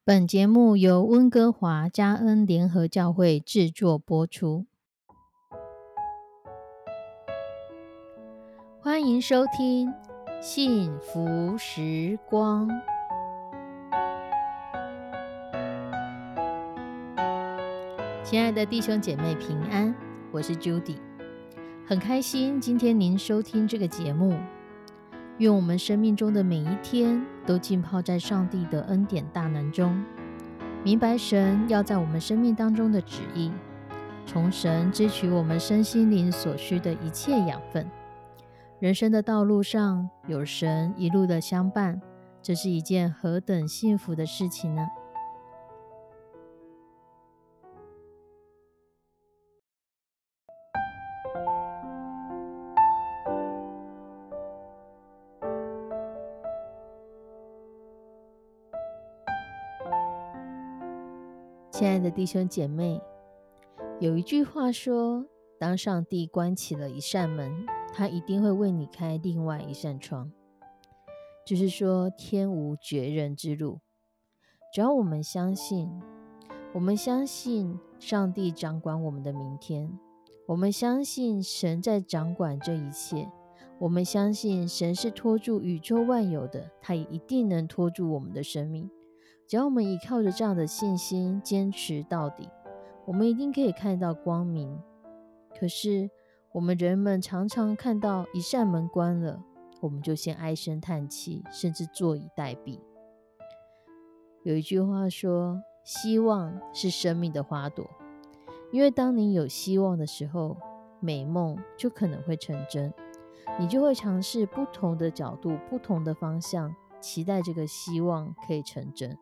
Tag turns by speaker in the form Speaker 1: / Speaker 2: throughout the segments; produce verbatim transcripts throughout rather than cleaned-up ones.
Speaker 1: 本节目由温哥华嘉恩联合教会制作播出，欢迎收听幸福时光。亲爱的弟兄姐妹平安，我是 Judy， 很开心今天您收听这个节目。愿我们生命中的每一天都浸泡在上帝的恩典大能中，明白神要在我们生命当中的旨意，从神支取我们身心灵所需的一切养分。人生的道路上有神一路的相伴，这是一件何等幸福的事情呢？亲爱的弟兄姐妹，有一句话说，当上帝关起了一扇门，他一定会为你开另外一扇窗。就是说，天无绝人之路。只要我们相信，我们相信上帝掌管我们的明天，我们相信神在掌管这一切，我们相信神是托住宇宙万有的，他也一定能托住我们的生命。只要我们依靠着这样的信心坚持到底，我们一定可以看到光明。可是我们人们常常看到一扇门关了，我们就先唉声叹气，甚至坐以待毙。有一句话说，希望是生命的花朵，因为当你有希望的时候，美梦就可能会成真，你就会尝试不同的角度、不同的方向，期待这个希望可以成真。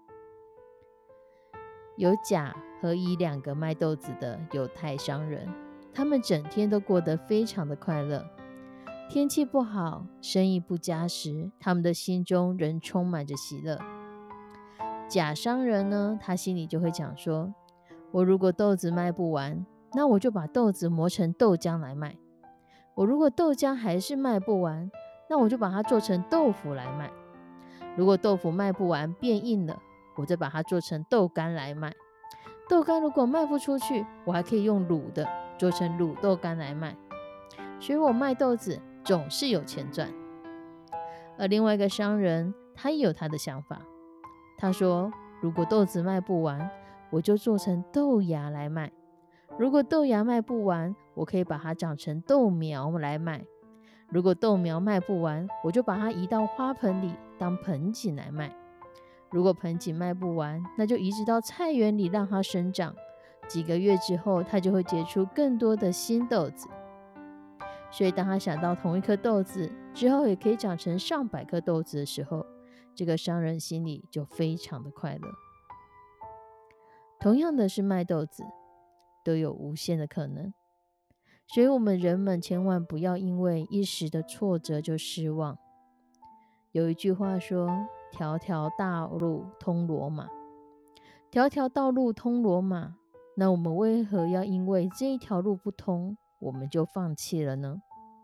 Speaker 1: 有甲和乙两个卖豆子的犹太商人，他们整天都过得非常的快乐。天气不好，生意不佳时，他们的心中仍充满着喜乐。甲商人呢，他心里就会讲说，我如果豆子卖不完，那我就把豆子磨成豆浆来卖。我如果豆浆还是卖不完，那我就把它做成豆腐来卖。如果豆腐卖不完变硬了，我再把它做成豆干来卖。豆干如果卖不出去，我还可以用卤的做成卤豆干来卖。所以我卖豆子总是有钱赚。而另外一个商人，他也有他的想法。他说，如果豆子卖不完，我就做成豆芽来卖。如果豆芽卖不完，我可以把它长成豆苗来卖。如果豆苗卖不完，我就把它移到花盆里当盆景来卖。如果盆景卖不完，那就移植到菜园里让它生长。几个月之后，它就会结出更多的新豆子。所以当他想到同一颗豆子之后也可以长成上百颗豆子的时候，这个商人心里就非常的快乐。同样的是卖豆子，都有无限的可能。所以我们人们千万不要因为一时的挫折就失望。有一句话说，条条大路通罗马。条条道路通罗马，那我们为何要因为这一条路不通，我们就放弃了呢？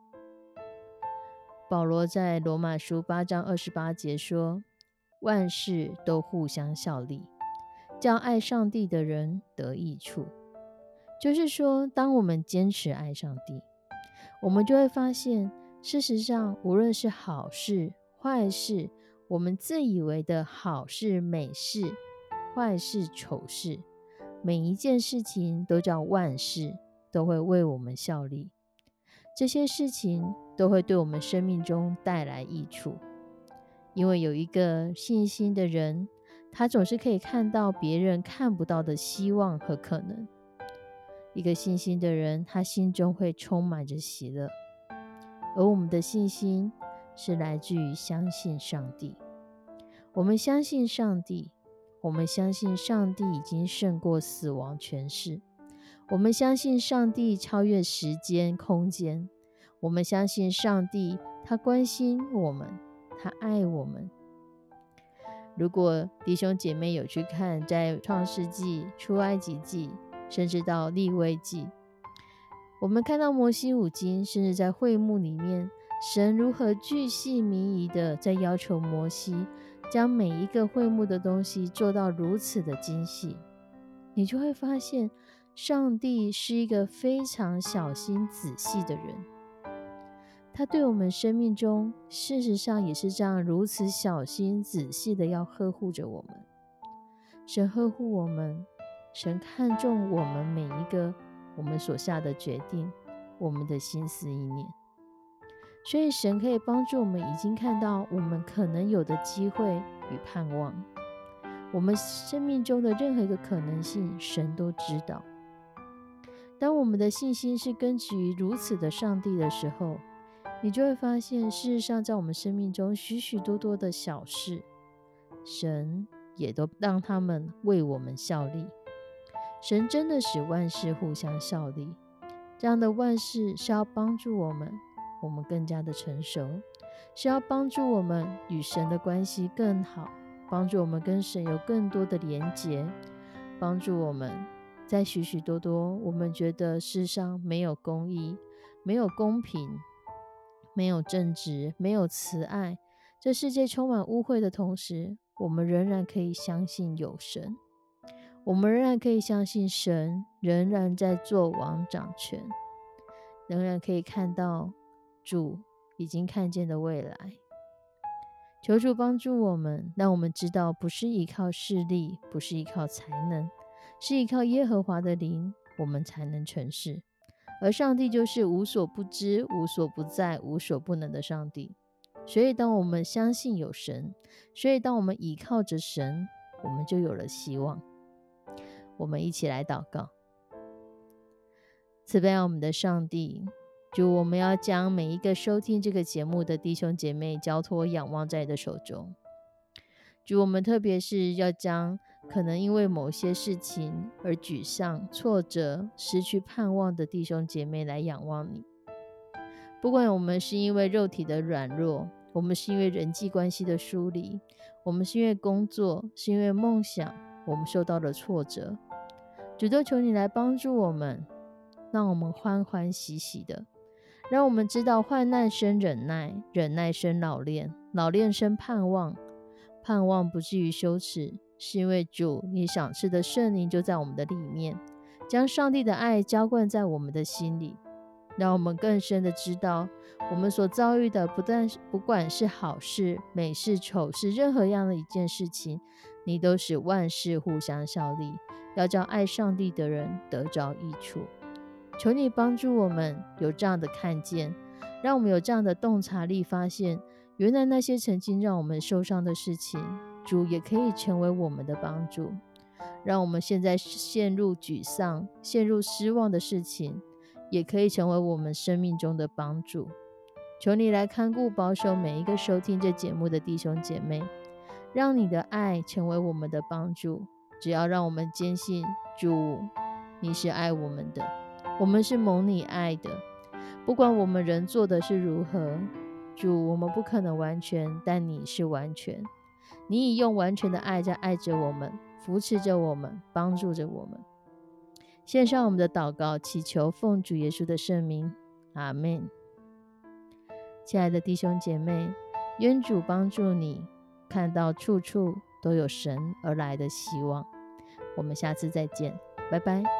Speaker 1: 保罗在罗马书八章二十八节说，万事都互相效力，叫爱上帝的人得益处。就是说，当我们坚持爱上帝，我们就会发现，事实上无论是好事坏事，我们自以为的好事美事，坏事丑事，每一件事情都叫万事，都会为我们效力。这些事情都会对我们生命中带来益处。因为有一个信心的人，他总是可以看到别人看不到的希望和可能。一个信心的人，他心中会充满着喜乐。而我们的信心是来自于相信上帝。我们相信上帝，我们相信上帝已经胜过死亡权势。我们相信上帝超越时间空间。我们相信上帝，他关心我们，他爱我们。如果弟兄姐妹有去看在创世纪、出埃及记，甚至到利未记，我们看到摩西五经，甚至在会幕里面，神如何巨细靡遗的在要求摩西将每一个会幕的东西做到如此的精细，你就会发现上帝是一个非常小心仔细的人。他对我们生命中事实上也是这样如此小心仔细的要呵护着我们。神呵护我们，神看重我们每一个我们所下的决定，我们的心思意念。所以神可以帮助我们已经看到我们可能有的机会与盼望，我们生命中的任何一个可能性，神都知道。当我们的信心是根植于如此的上帝的时候，你就会发现事实上在我们生命中许许多多的小事，神也都让他们为我们效力。神真的使万事互相效力，这样的万事是要帮助我们我们更加的成熟，是要帮助我们与神的关系更好，帮助我们跟神有更多的连结，帮助我们在许许多多我们觉得世上没有公义，没有公平，没有正直，没有慈爱，这世界充满污秽的同时，我们仍然可以相信有神，我们仍然可以相信神仍然在做王掌权，仍然可以看到主已经看见的未来。求主帮助我们，让我们知道不是依靠势力，不是依靠才能，是依靠耶和华的灵，我们才能成事。而上帝就是无所不知，无所不在，无所不能的上帝。所以当我们相信有神，所以当我们依靠着神，我们就有了希望。我们一起来祷告。慈悲爱我们的上帝，主，我们要将每一个收听这个节目的弟兄姐妹交托仰望在你的手中。主，我们特别是要将可能因为某些事情而沮丧、挫折、失去盼望的弟兄姐妹来仰望你。不管我们是因为肉体的软弱，我们是因为人际关系的疏离，我们是因为工作，是因为梦想，我们受到了挫折，主都求你来帮助我们，让我们欢欢喜喜的，让我们知道患难生忍耐，忍耐生老练，老练生盼望，盼望不至于羞耻，是因为主你赏赐的圣灵就在我们的里面，将上帝的爱浇灌在我们的心里，让我们更深的知道我们所遭遇的不但不管是好事、美事、丑事，任何样的一件事情，你都使万事互相效力，要叫爱上帝的人得着益处。求你帮助我们有这样的看见，让我们有这样的洞察力，发现原来那些曾经让我们受伤的事情，主也可以成为我们的帮助。让我们现在陷入沮丧、陷入失望的事情，也可以成为我们生命中的帮助。求你来看顾保守每一个收听这节目的弟兄姐妹，让你的爱成为我们的帮助。只要让我们坚信主你是爱我们的，我们是蒙你爱的，不管我们人做的是如何，主，我们不可能完全，但你是完全，你已用完全的爱在爱着我们，扶持着我们，帮助着我们。献上我们的祷告，祈求奉主耶稣的圣名，阿们。亲爱的弟兄姐妹，愿主帮助你看到处处都有神而来的希望。我们下次再见，拜拜。